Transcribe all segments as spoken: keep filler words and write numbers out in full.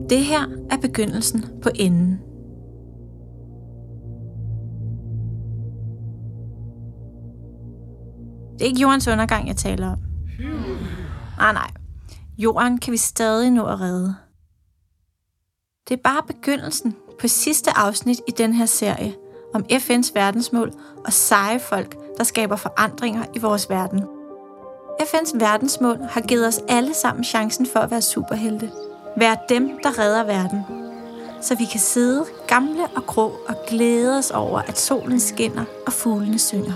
Det her er begyndelsen på enden. Det er ikke jordens undergang, jeg taler om. Nej, nej. Jorden kan vi stadig nå at redde. Det er bare begyndelsen på sidste afsnit i den her serie om F N's verdensmål og seje folk, der skaber forandringer i vores verden. F N's verdensmål har givet os alle sammen chancen for at være superhelte. Være dem, der redder verden. Så vi kan sidde gamle og grå og glæde os over, at solen skinner og fuglene synger.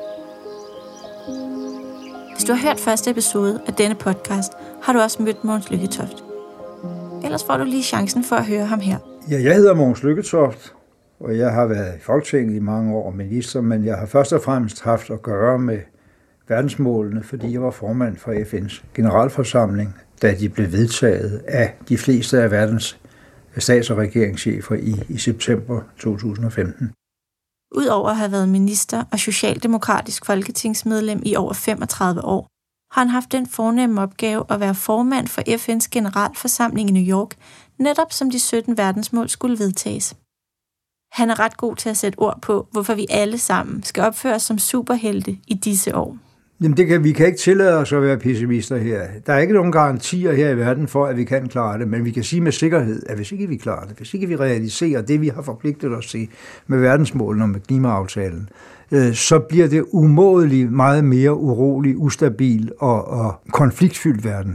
Hvis du har hørt første episode af denne podcast, har du også mødt Mogens Lykketoft. Ellers får du lige chancen for at høre ham her. Ja, jeg hedder Mogens Lykketoft, og jeg har været i Folketinget i mange år minister, men jeg har først og fremmest haft at gøre med verdensmålene, fordi jeg var formand for F N's generalforsamling, da de blev vedtaget af de fleste af verdens stats- og regeringschefer i, i september to tusind og femten. Udover at have været minister og socialdemokratisk folketingsmedlem i over femogtredive år, har han haft den fornemme opgave at være formand for F N's generalforsamling i New York, netop som de sytten verdensmål skulle vedtages. Han er ret god til at sætte ord på, hvorfor vi alle sammen skal opføre os som superhelte i disse år. Jamen det kan, vi kan ikke tillade os at være pessimister her. Der er ikke nogen garantier her i verden for, at vi kan klare det, men vi kan sige med sikkerhed, at hvis ikke vi klarer det, hvis ikke vi realiserer det, vi har forpligtet os til med verdensmålene og med klimaaftalen, øh, så bliver det umådeligt meget mere urolig, ustabil og, og konfliktfyldt verden.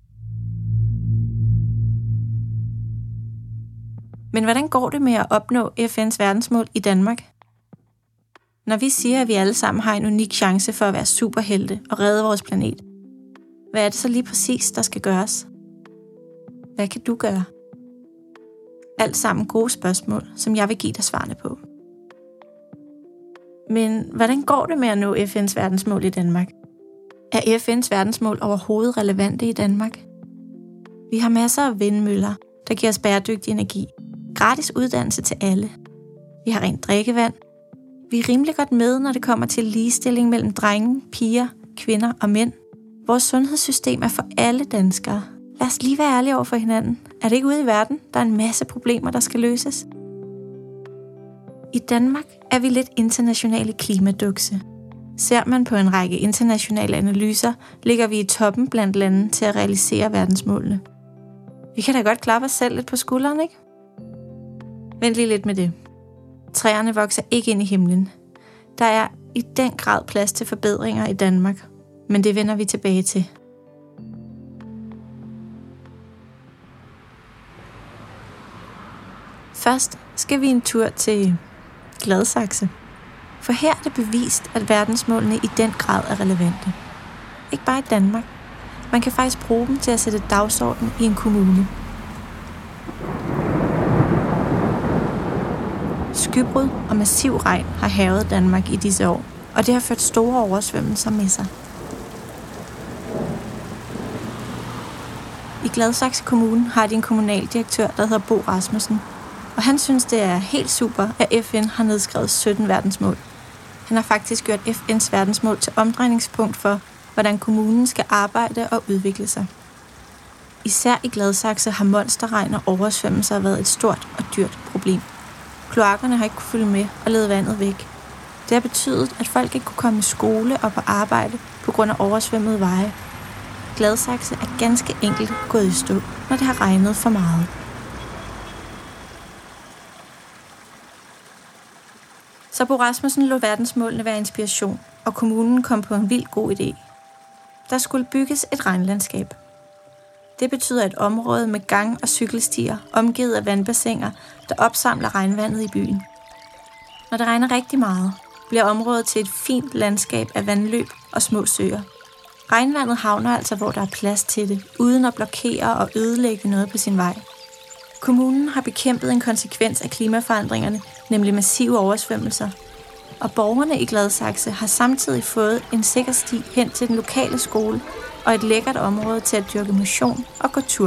Men hvordan går det med at opnå F N's verdensmål i Danmark? Når vi siger, at vi alle sammen har en unik chance for at være superhelte og redde vores planet, hvad er det så lige præcis, der skal gøres? Hvad kan du gøre? Alt sammen gode spørgsmål, som jeg vil give dig svarene på. Men hvordan går det med at nå F N's verdensmål i Danmark? Er F N's verdensmål overhovedet relevante i Danmark? Vi har masser af vindmøller, der giver os bæredygtig energi. Gratis uddannelse til alle. Vi har rent drikkevand. Vi er rimelig godt med, når det kommer til ligestilling mellem drenge, piger, kvinder og mænd. Vores sundhedssystem er for alle danskere. Lad os lige være ærlige over for hinanden. Er det ikke ude i verden, der er en masse problemer, der skal løses? I Danmark er vi lidt internationale klimadukse. Ser man på en række internationale analyser, ligger vi i toppen blandt lande til at realisere verdensmålene. Vi kan da godt klappe os selv lidt på skulderen, ikke? Vent lige lidt med det. Træerne vokser ikke ind i himlen. Der er i den grad plads til forbedringer i Danmark, men det vender vi tilbage til. Først skal vi en tur til Gladsaxe, for her er det bevist, at verdensmålene i den grad er relevante. Ikke bare i Danmark. Man kan faktisk bruge dem til at sætte dagsorden i en kommune. Skybrud og massiv regn har hærget Danmark i disse år, og det har ført store oversvømmelser med sig. I Gladsaxe Kommune har de en kommunaldirektør, der hedder Bo Rasmussen, og han synes, det er helt super, at F N har nedskrevet sytten verdensmål. Han har faktisk gjort F N's verdensmål til omdrejningspunkt for, hvordan kommunen skal arbejde og udvikle sig. Især i Gladsaxe har monsterregn og oversvømmelser været et stort og dyrt problem. Kloakkerne har ikke kunne følge med og lede vandet væk. Det har betydet, at folk ikke kunne komme i skole og på arbejde på grund af oversvømmede veje. Gladsaxe er ganske enkelt gået i stå, når det har regnet for meget. Så Bo Rasmussen lod verdensmålene være inspiration, og kommunen kom på en vild god idé. Der skulle bygges et regnlandskab. Det betyder et område med gang- og cykelstier, omgivet af vandbassiner, der opsamler regnvandet i byen. Når det regner rigtig meget, bliver området til et fint landskab af vandløb og små søer. Regnvandet havner altså, hvor der er plads til det, uden at blokere og ødelægge noget på sin vej. Kommunen har bekæmpet en konsekvens af klimaforandringerne, nemlig massive oversvømmelser. Og borgerne i Gladsaxe har samtidig fået en sikker sti hen til den lokale skole og et lækkert område til at dyrke motion og gå tur.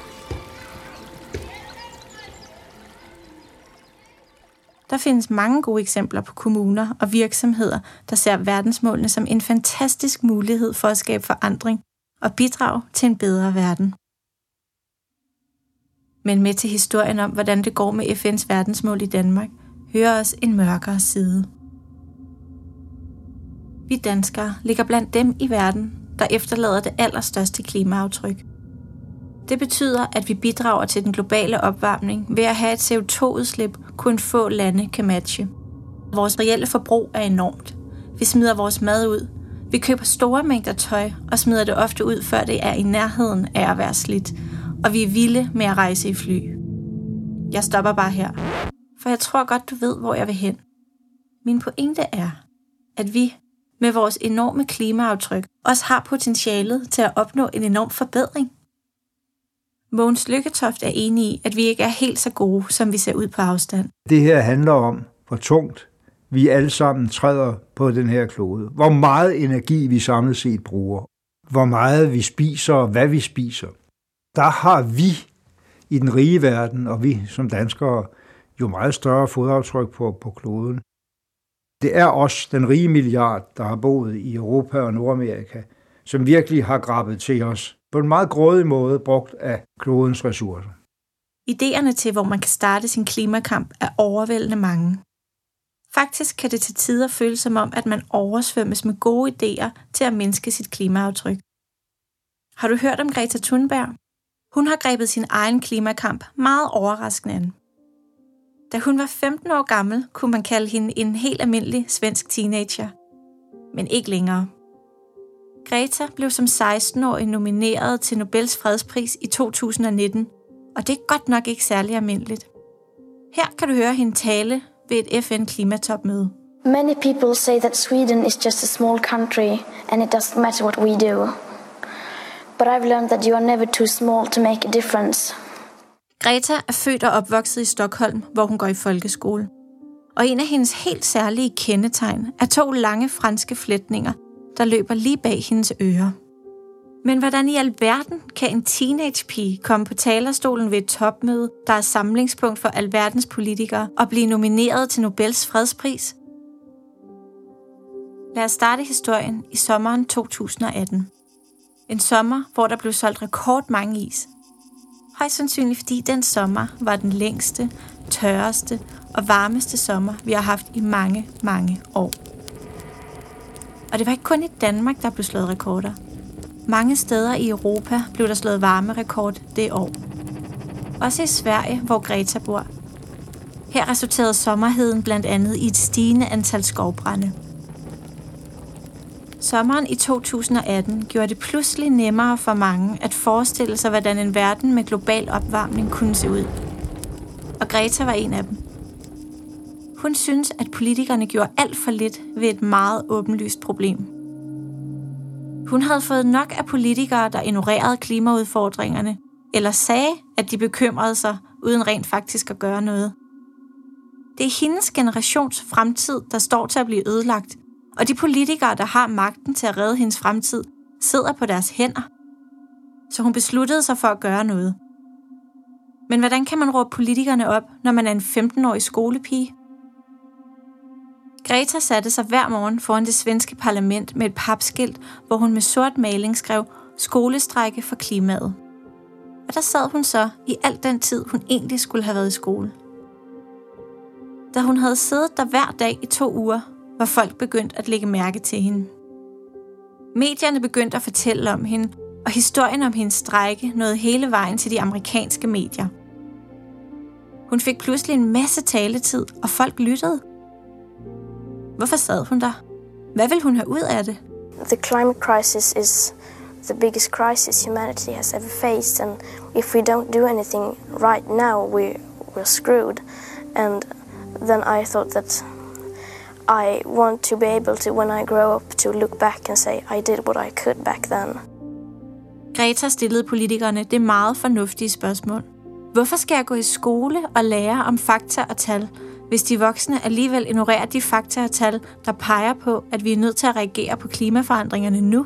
Der findes mange gode eksempler på kommuner og virksomheder, der ser verdensmålene som en fantastisk mulighed for at skabe forandring og bidrage til en bedre verden. Men med til historien om, hvordan det går med F N's verdensmål i Danmark, hører os en mørkere side. Vi danskere ligger blandt dem i verden, der efterlader det allerstørste klimaaftryk. Det betyder, at vi bidrager til den globale opvarmning ved at have et C O to udslip, kun få lande kan matche. Vores reelle forbrug er enormt. Vi smider vores mad ud. Vi køber store mængder tøj og smider det ofte ud, før det er i nærheden af at være slidt. Og vi er vilde med at rejse i fly. Jeg stopper bare her, for jeg tror godt, du ved, hvor jeg vil hen. Min pointe er, at vi med vores enorme klimaaftryk også har potentialet til at opnå en enorm forbedring. Mogens Lykketoft er enig i, at vi ikke er helt så gode, som vi ser ud på afstand. Det her handler om, hvor tungt vi alle sammen træder på den her klode. Hvor meget energi vi samlet set bruger. Hvor meget vi spiser og hvad vi spiser. Der har vi i den rige verden, og vi som danskere, jo meget større fodaftryk på, på kloden. Det er os, den rige milliard, der har boet i Europa og Nordamerika, som virkelig har grabbet til os på en meget grådig måde brugt af klodens ressourcer. Ideerne til, hvor man kan starte sin klimakamp, er overvældende mange. Faktisk kan det til tider føles som om, at man oversvømmes med gode idéer til at mindske sit klimaaftryk. Har du hørt om Greta Thunberg? Hun har grebet sin egen klimakamp meget overraskende an. Da hun var femten år gammel, kunne man kalde hende en helt almindelig svensk teenager. Men ikke længere. Greta blev som seksten-årig nomineret til Nobels fredspris i to tusind nitten, og det er godt nok ikke særlig almindeligt. Her kan du høre hende tale ved et F N-klimatopmøde. Many people say that Sweden is just a small country, and it doesn't matter what we do. But I've learned that you are never too small to make a difference. Greta er født og opvokset i Stockholm, hvor hun går i folkeskole. Og en af hendes helt særlige kendetegn er to lange franske flætninger, der løber lige bag hendes ører. Men hvordan i alverden kan en teenagepige komme på talerstolen ved et topmøde, der er samlingspunkt for alverdens politikere, og blive nomineret til Nobels fredspris? Lad os starte historien i sommeren to tusind atten. En sommer, hvor der blev solgt rekordmange is. Højst sandsynligt fordi den sommer var den længste, tørreste og varmeste sommer, vi har haft i mange, mange år. Og det var ikke kun i Danmark, der blev slået rekorder. Mange steder i Europa blev der slået varmerekord det år. Også i Sverige, hvor Greta bor. Her resulterede sommerheden blandt andet i et stigende antal skovbrande. Sommeren i to tusind atten gjorde det pludselig nemmere for mange at forestille sig, hvordan en verden med global opvarmning kunne se ud. Og Greta var en af dem. Hun synes, at politikerne gjorde alt for lidt ved et meget åbenlyst problem. Hun havde fået nok af politikere, der ignorerede klimaudfordringerne, eller sagde, at de bekymrede sig, uden rent faktisk at gøre noget. Det er hendes generations fremtid, der står til at blive ødelagt, og de politikere, der har magten til at redde hendes fremtid, sidder på deres hænder. Så hun besluttede sig for at gøre noget. Men hvordan kan man råbe politikerne op, når man er en femten-årig skolepige? Greta satte sig hver morgen foran det svenske parlament med et papskilt, hvor hun med sort maling skrev skolestrække for klimaet. Og der sad hun så i al den tid, hun egentlig skulle have været i skole. Da hun havde siddet der hver dag i to uger, var folk begyndt at lægge mærke til hende. Medierne begyndte at fortælle om hende, og historien om hendes strejke nåede hele vejen til de amerikanske medier. Hun fik pludselig en masse taletid, og folk lyttede. Hvorfor sad hun der? Hvad ville hun have ud af det? The climate crisis is the biggest crisis humanity has ever faced, and if we don't do anything right now, we we're screwed. And then I thought that I want to be able to, when I grow up, to look back and say I did what I could back then. Greta stillede politikerne det meget fornuftige spørgsmål. Hvorfor skal jeg gå i skole og lære om fakta og tal, hvis de voksne alligevel ignorerer de fakta og tal, der peger på, at vi er nødt til at reagere på klimaforandringerne nu?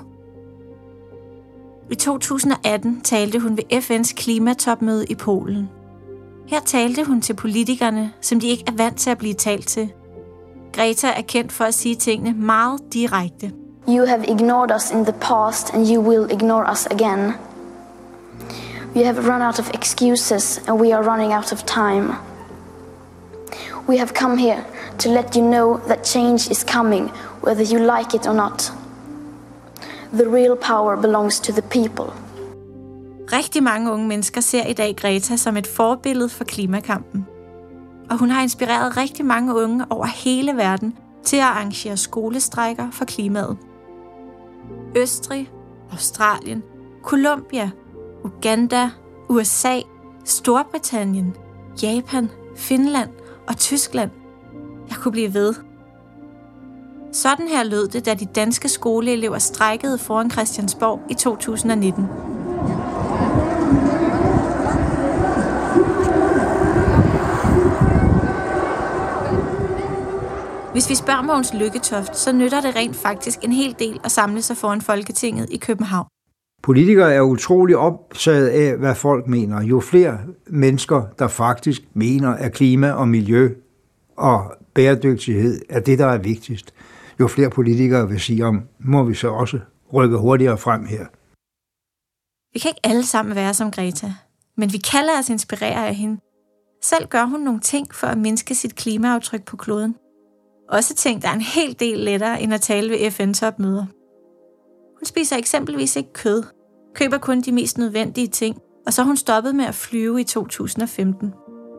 I to tusind atten talte hun ved F N's klimatopmøde i Polen. Her talte hun til politikerne, som de ikke er vant til at blive talt til. Greta er kendt for at sige tingene meget direkte. You have ignored us in the past, and you will ignore us again. We have run out of excuses and we are running out of time. We have come here to let you know that change is coming, whether you like it or not. The real power belongs to the people. Rigtig mange unge mennesker ser i dag Greta som et forbillede for klimakampen. Og hun har inspireret rigtig mange unge over hele verden til at arrangere skolestrejker for klimaet. Østrig, Australien, Colombia, Uganda, U S A, Storbritannien, Japan, Finland og Tyskland. Jeg kunne blive ved. Sådan her lød det, da de danske skoleelever strejkede foran Christiansborg i to tusind nitten. Hvis vi spørger Mogens Lykketoft, så nytter det rent faktisk en hel del at samle sig foran Folketinget i København. Politikere er utrolig optaget af, hvad folk mener. Jo flere mennesker, der faktisk mener, at klima og miljø og bæredygtighed er det, der er vigtigst, jo flere politikere vil sige om, må vi så også rykke hurtigere frem her. Vi kan ikke alle sammen være som Greta, men vi kan lade os inspirere af hende. Selv gør hun nogle ting for at mindske sit klimaaftryk på kloden. Også ting, der er en hel del lettere end at tale ved F N-topmøder. Hun spiser eksempelvis ikke kød, køber kun de mest nødvendige ting, og så er hun stoppet med at flyve i to tusind femten.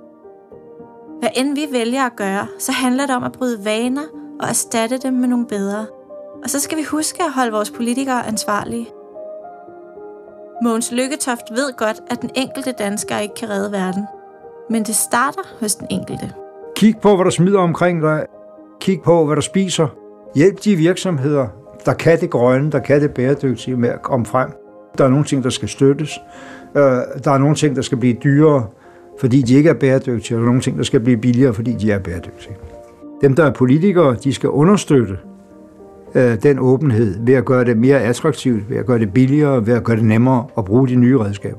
Hvad end vi vælger at gøre, så handler det om at bryde vaner og erstatte dem med nogle bedre. Og så skal vi huske at holde vores politikere ansvarlige. Mogens Lykketoft ved godt, at den enkelte dansker ikke kan redde verden. Men det starter hos den enkelte. Kig på, hvad der smider omkring dig. Kig på, hvad der spiser. Hjælp de virksomheder, der kan det grønne, der kan det bæredygtige med at komme frem. Der er nogle ting, der skal støttes. Der er nogle ting, der skal blive dyrere, fordi de ikke er bæredygtige. Og der er nogle ting, der skal blive billigere, fordi de er bæredygtige. Dem, der er politikere, de skal understøtte den åbenhed ved at gøre det mere attraktivt, ved at gøre det billigere, ved at gøre det nemmere at bruge de nye redskaber.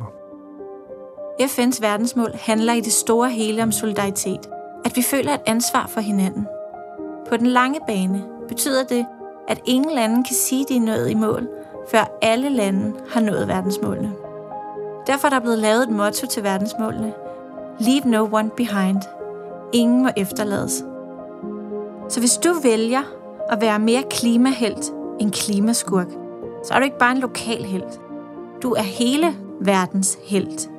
F N's verdensmål handler i det store hele om solidaritet. At vi føler et ansvar for hinanden. På den lange bane betyder det, at ingen lande kan sige, de er nået i mål, før alle lande har nået verdensmålene. Derfor er der blevet lavet et motto til verdensmålene. Leave no one behind. Ingen må efterlades. Så hvis du vælger at være mere klimahelt end klimaskurk, så er du ikke bare en lokal helt. Du er hele verdens helt.